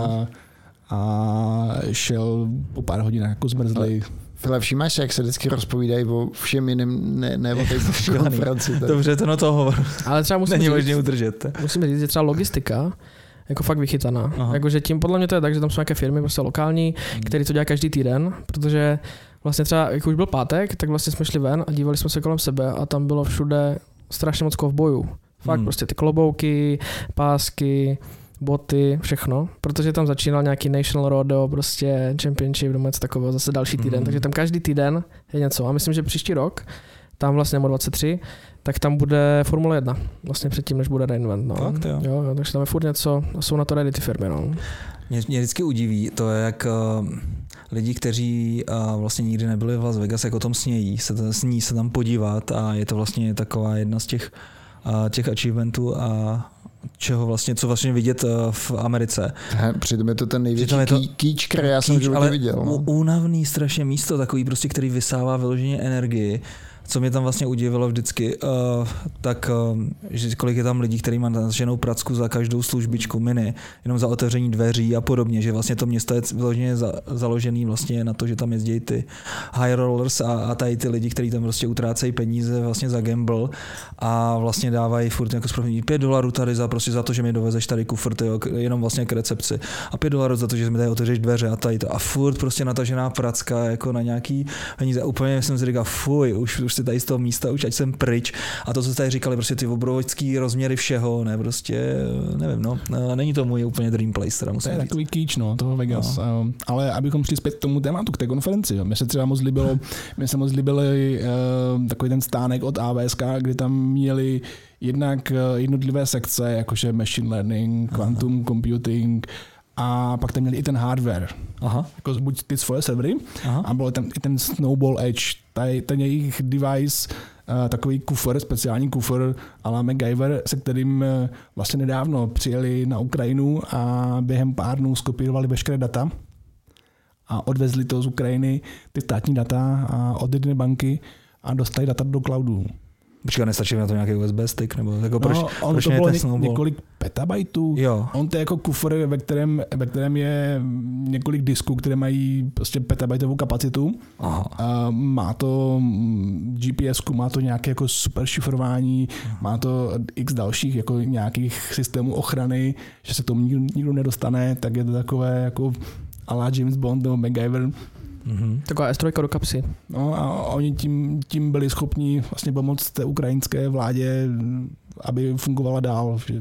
a šel po pár hodinách jako zmrzlej. File, všímáš se, jak se vždycky rozpovídají o všem jiným, ne o té konferenci. Dobře, to na toho ale třeba není možné udržet. Musím říct, že třeba logistika jako fakt vychytaná. Jakože tím podle mě to je tak, že tam jsou nějaké firmy prostě lokální, které to dělají každý týden, protože vlastně třeba, jak už byl pátek, tak vlastně jsme šli ven a dívali jsme se kolem sebe a tam bylo všude strašně moc kovbojů. Fakt prostě ty klobouky, pásky, boty, všechno, protože tam začínal nějaký National Rodeo, prostě Championship, nebo něco takového, zase další týden, takže tam každý týden je něco. A myslím, že příští rok, tam vlastně 23, tak tam bude Formule 1, vlastně předtím, než bude reinvent. No. Fakt, jo, takže tam je furt něco, jsou na to ready ty firmy. No. Mě vždycky udiví to, jak lidi, kteří vlastně nikdy nebyli v Las Vegas, jak o tom sní se tam podívat a je to vlastně taková jedna z těch achievementů a co vlastně vidět v Americe. Přitom je to ten největší kýč, který já jsem v životě viděl. No. Únavný strašně místo, takový prostě, který vysává vyloženě energii. co mě tam vlastně udivilo vždycky, tak že kolik je tam lidí, kteří mají naženou pracku za každou službičku mini, jenom za otevření dveří a podobně, že vlastně to město je vyloženě založený vlastně na to, že tam jezdí ty high rollers a tady ty lidi, kteří tam prostě utrácejí peníze vlastně za gamble a vlastně dávají furt jako $5 tady za to, že mi dovezeš tady kufr, jenom vlastně k recepci a $5 za to, že mi tady otevřeš dveře a tady to a furt prostě natažená pracka jako na nějaký peníze. Úplně jsem si říkal, fuj, už si tady z toho místa, už ať jsem pryč. A to, co jste tady říkali, prostě ty obrovský rozměry všeho, ne, prostě, nevím, no, není to můj úplně dream place, teda musím říct. To je takový kýč, no, toho Vegas. No. Ale abychom šli zpět k tomu tématu, k té konferenci, jo. Mně se moc líbil takový ten stánek od AWSK, kdy tam měli jednak jednotlivé sekce, jakože machine learning, quantum computing, a pak tam měli i ten hardware. Aha. Jako buď ty svoje servery, a bylo tam i ten Snowball Edge, ten jejich device, takový kufr, speciální kufr a la MacGyver, se kterým vlastně nedávno přijeli na Ukrajinu a během pár dnů skopírovali veškeré data a odvezli to z Ukrajiny, ty státní data a od jedné banky a dostali data do cloudu. Počkej, nestačí na to nějaký USB stick? Nebo jako proč to bylo několik petabajtů. Jo. On to je jako kufr, ve kterém je několik disků, které mají prostě petabajtovou kapacitu. Má to GPS-ku, má to nějaké jako super šifrování, má to x dalších jako nějakých systémů ochrany, že se tomu nikdo nedostane, tak je to takové jako a la James Bond nebo MacGyver. Taková S3 do kapsy. No a oni tím byli schopni vlastně pomoct té ukrajinské vládě, aby fungovala dál. Že...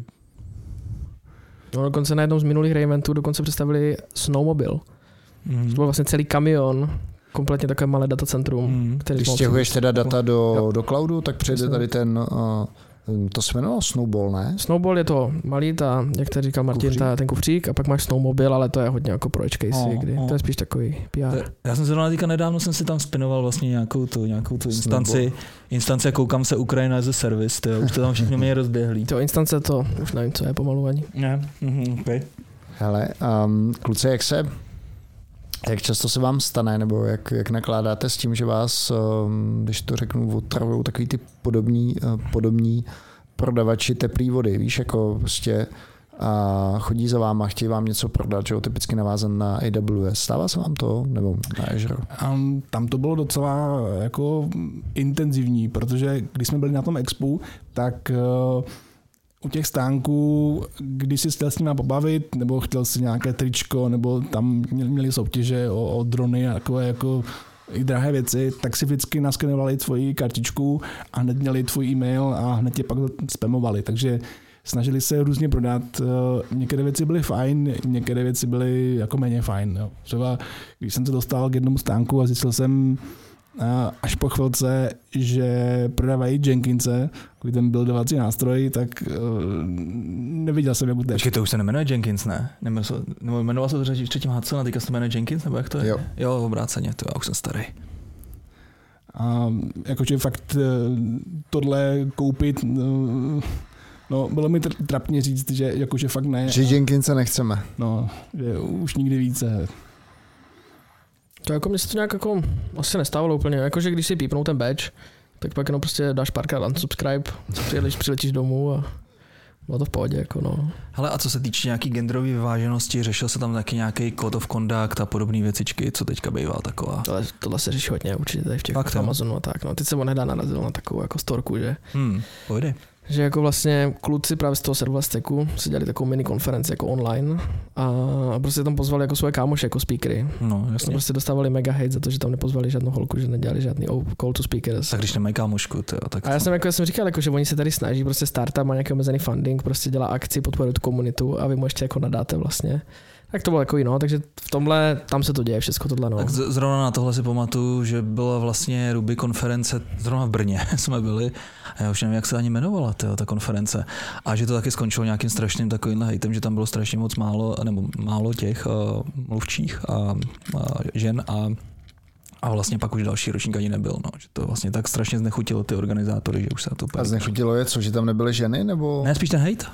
No, dokonce na jednom z minulých eventů dokonce představili Snowmobile. To byl vlastně celý kamion, kompletně takové malé datacentrum. Když stěhuješ teda data do cloudu, tak přijde tady ten... To se jmenovalo Snowball, ne? Snowball je to malý, jak tady říkal Martin, ten kufřík, a pak máš Snowmobile, ale to je hodně jako pro edge case, to je spíš takový PR. Já jsem zrovna nedávno jsem si tam spinoval vlastně nějakou tu instanci a koukám se Ukrajina as a service, už to tam všichni mě rozběhlí. To instance to, už nevím, co je pomalu ani. Okay. Hele, kluci, jak často se vám stane, nebo jak nakládáte s tím, že vás, když to řeknu, otravujou takový ty podobní prodavači teplý vody, víš, jako prostě chodí za váma, chtějí vám něco prodat, že jo, typicky navázan na AWS. Stává se vám to, nebo na Azure? Tam to bylo docela jako intenzivní, protože když jsme byli na tom expu, tak u těch stánků, když si chtěl s nima pobavit, nebo chtěl si nějaké tričko, nebo tam měli soutěže o drony a takové jako i drahé věci, tak si vždycky naskenovali tvoji kartičku a hned měli tvůj e-mail a hned tě pak spamovali. Takže snažili se různě prodat. Některé věci byly fajn, některé věci byly jako méně fajn. Jo. Třeba když jsem se dostal k jednomu stánku a zjistil jsem až po chvilce, že prodávají Jenkinse, takový ten buildovací nástroj, tak neviděl jsem, jak utéct. Počkej, to už se nemenuje Jenkins, ne? Nebo jmenoval se to v třetím Hudson a teďka se to jmenuje Jenkins, nebo jak to je? Jo, obráceně, to já už jsem starý. A jakože fakt tohle koupit, no bylo mi trapně říct, že jakože fakt ne. Že Jenkinse nechceme. No, že už nikdy více. To jako mně se to nějak jako asi nestávalo úplně, jakože když si pípnou ten badge, tak pak jenom prostě dáš párkrát unsubscribe, přiletíš domů a bylo to v pohodě, jako no. Hele, a co se týče nějaký genderové vyváženosti, řešil se tam taky nějaký code of conduct a podobné věcičky, co teďka bývá taková? Tohle se řeší hodně určitě tady v těch Amazonu a tak, no. Teď se on nedá narazil na takovou jako storku, že? Pojdej. Že jako vlastně kluci právě z toho serverless stacku si dělali takovou mini konferenci jako online a prostě tam pozvali jako svoje kámoše jako speakery. No, jasně. Prostě dostávali mega hate za to, že tam nepozvali žádnou holku, že nedělali žádný call to speakers. Tak když nemají kámošku, tak... A já jsem říkal, jako, že oni se tady snaží, prostě startup má nějaký omezený funding, prostě dělá akci, podporuje tu komunitu a vy mu ještě jako nadáte vlastně. Tak to bylo jako jino, takže v tomhle, tam se to děje všechno tohle. No. Tak zrovna na tohle si pamatuju, že byla vlastně Ruby konference, zrovna v Brně jsme byli, a já už nevím, jak se ani jmenovala ta konference, a že to taky skončilo nějakým strašným takovým hejtem, že tam bylo strašně moc málo těch mluvčích a žen a vlastně pak už další ročník ani nebyl, no. Že to vlastně tak strašně znechutilo ty organizátory, že už se na to... A znechutilo je co, že tam nebyly ženy, nebo... Ne, spíš ten hejt.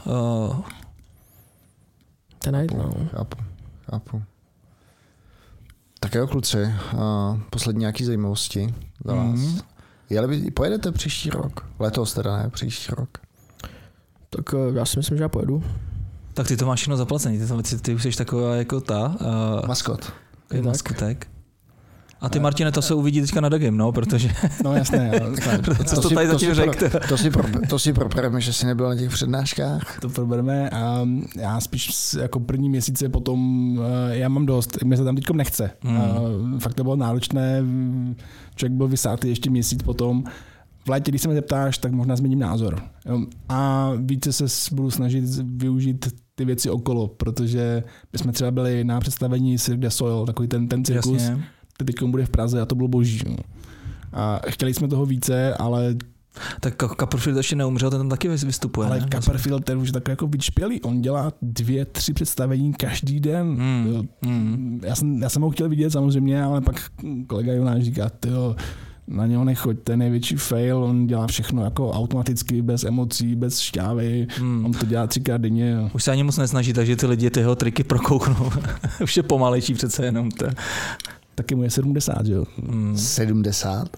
No. Chápu. Tak jo, kluci, poslední nějaký zajímavosti za vás. Pojedete příští rok? Letos teda ne, příští rok. Tak já si myslím, že já pojedu. Tak ty to máš všechno zaplacený, ty už jsi taková jako ta... Maskot. Maskotek. A ty, Martine, to se uvidí teďka na Dagim, no, protože... No jasné. Co to tady zatím řekl? To si probereme, že jsi nebyl na těch přednáškách. To probereme a já spíš jako první měsíce potom, já mám dost, mě se tam teďkom nechce. Fakt to bylo náročné, člověk byl vysátý ještě měsíc potom. V létě, když se mě zeptáš, tak možná změním názor. A více se budu snažit využít ty věci okolo, protože my jsme třeba byli na představení Cirque du Soleil, takový ten cirkus. Jasně. Teď bude v Praze a to bylo boží. A chtěli jsme toho více, ale... Tak Copperfield ještě neumřel, ten tam taky vystupuje. Ale Copperfield ten už je takový jako vyčpělý. On dělá 2-3 představení každý den. Já jsem ho chtěl vidět samozřejmě, ale pak kolega Jonáš říká, tyjo, na něho nechoď, to je největší fail, on dělá všechno jako automaticky, bez emocí, bez šťávy, on to dělá 3krát denně. Už se ani moc nesnaží, takže ty lidi tyho triky prokouknou. Už je pomalejší přece jenom to. Taky mu je 70, že jo? 70?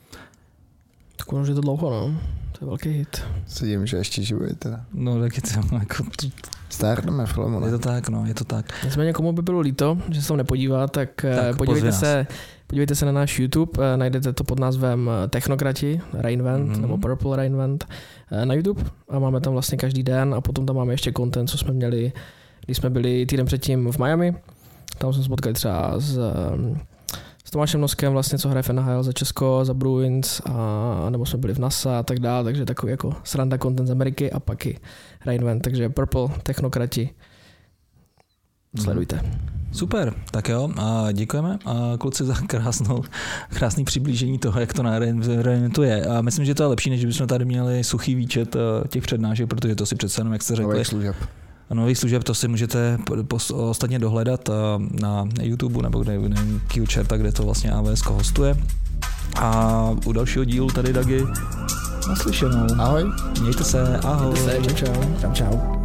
Tak ono, že to dlouho, no. To je velký hit. Sedím, že ještě živuje teda. No tak je to jako... Stárneme, Filemone. Je to tak, no, je to tak. Nicméně, komu by bylo líto, že se tam nepodívá, tak podívejte se na náš YouTube, najdete to pod názvem Technokrati, Reinvent, nebo Purple Reinvent na YouTube a máme tam vlastně každý den a potom tam máme ještě content, co jsme měli, když jsme byli týden předtím v Miami. Tam jsme se potkali třeba s Tomášem Noskem, vlastně, co hraje v NHL za Česko, za Bruins, a nebo jsme byli v NASA a tak dále, takže takový jako sranda content z Ameriky a pak i Reinvent, takže Purple, Technokrati. Sledujte. Super, tak jo, a děkujeme a kluci za krásný přiblížení toho, jak to na Reinventu je. A myslím, že to je lepší, než bychom tady měli suchý výčet těch přednášek, protože to si přece jenom, jak jste řekli, nových služeb, to si můžete ostatně dohledat na YouTube nebo kde, nevím, Q-Charta, kde to vlastně AWS hostuje. A u dalšího dílu tady Dagi naslyšenou. Ahoj. Mějte se, ahoj. Čau.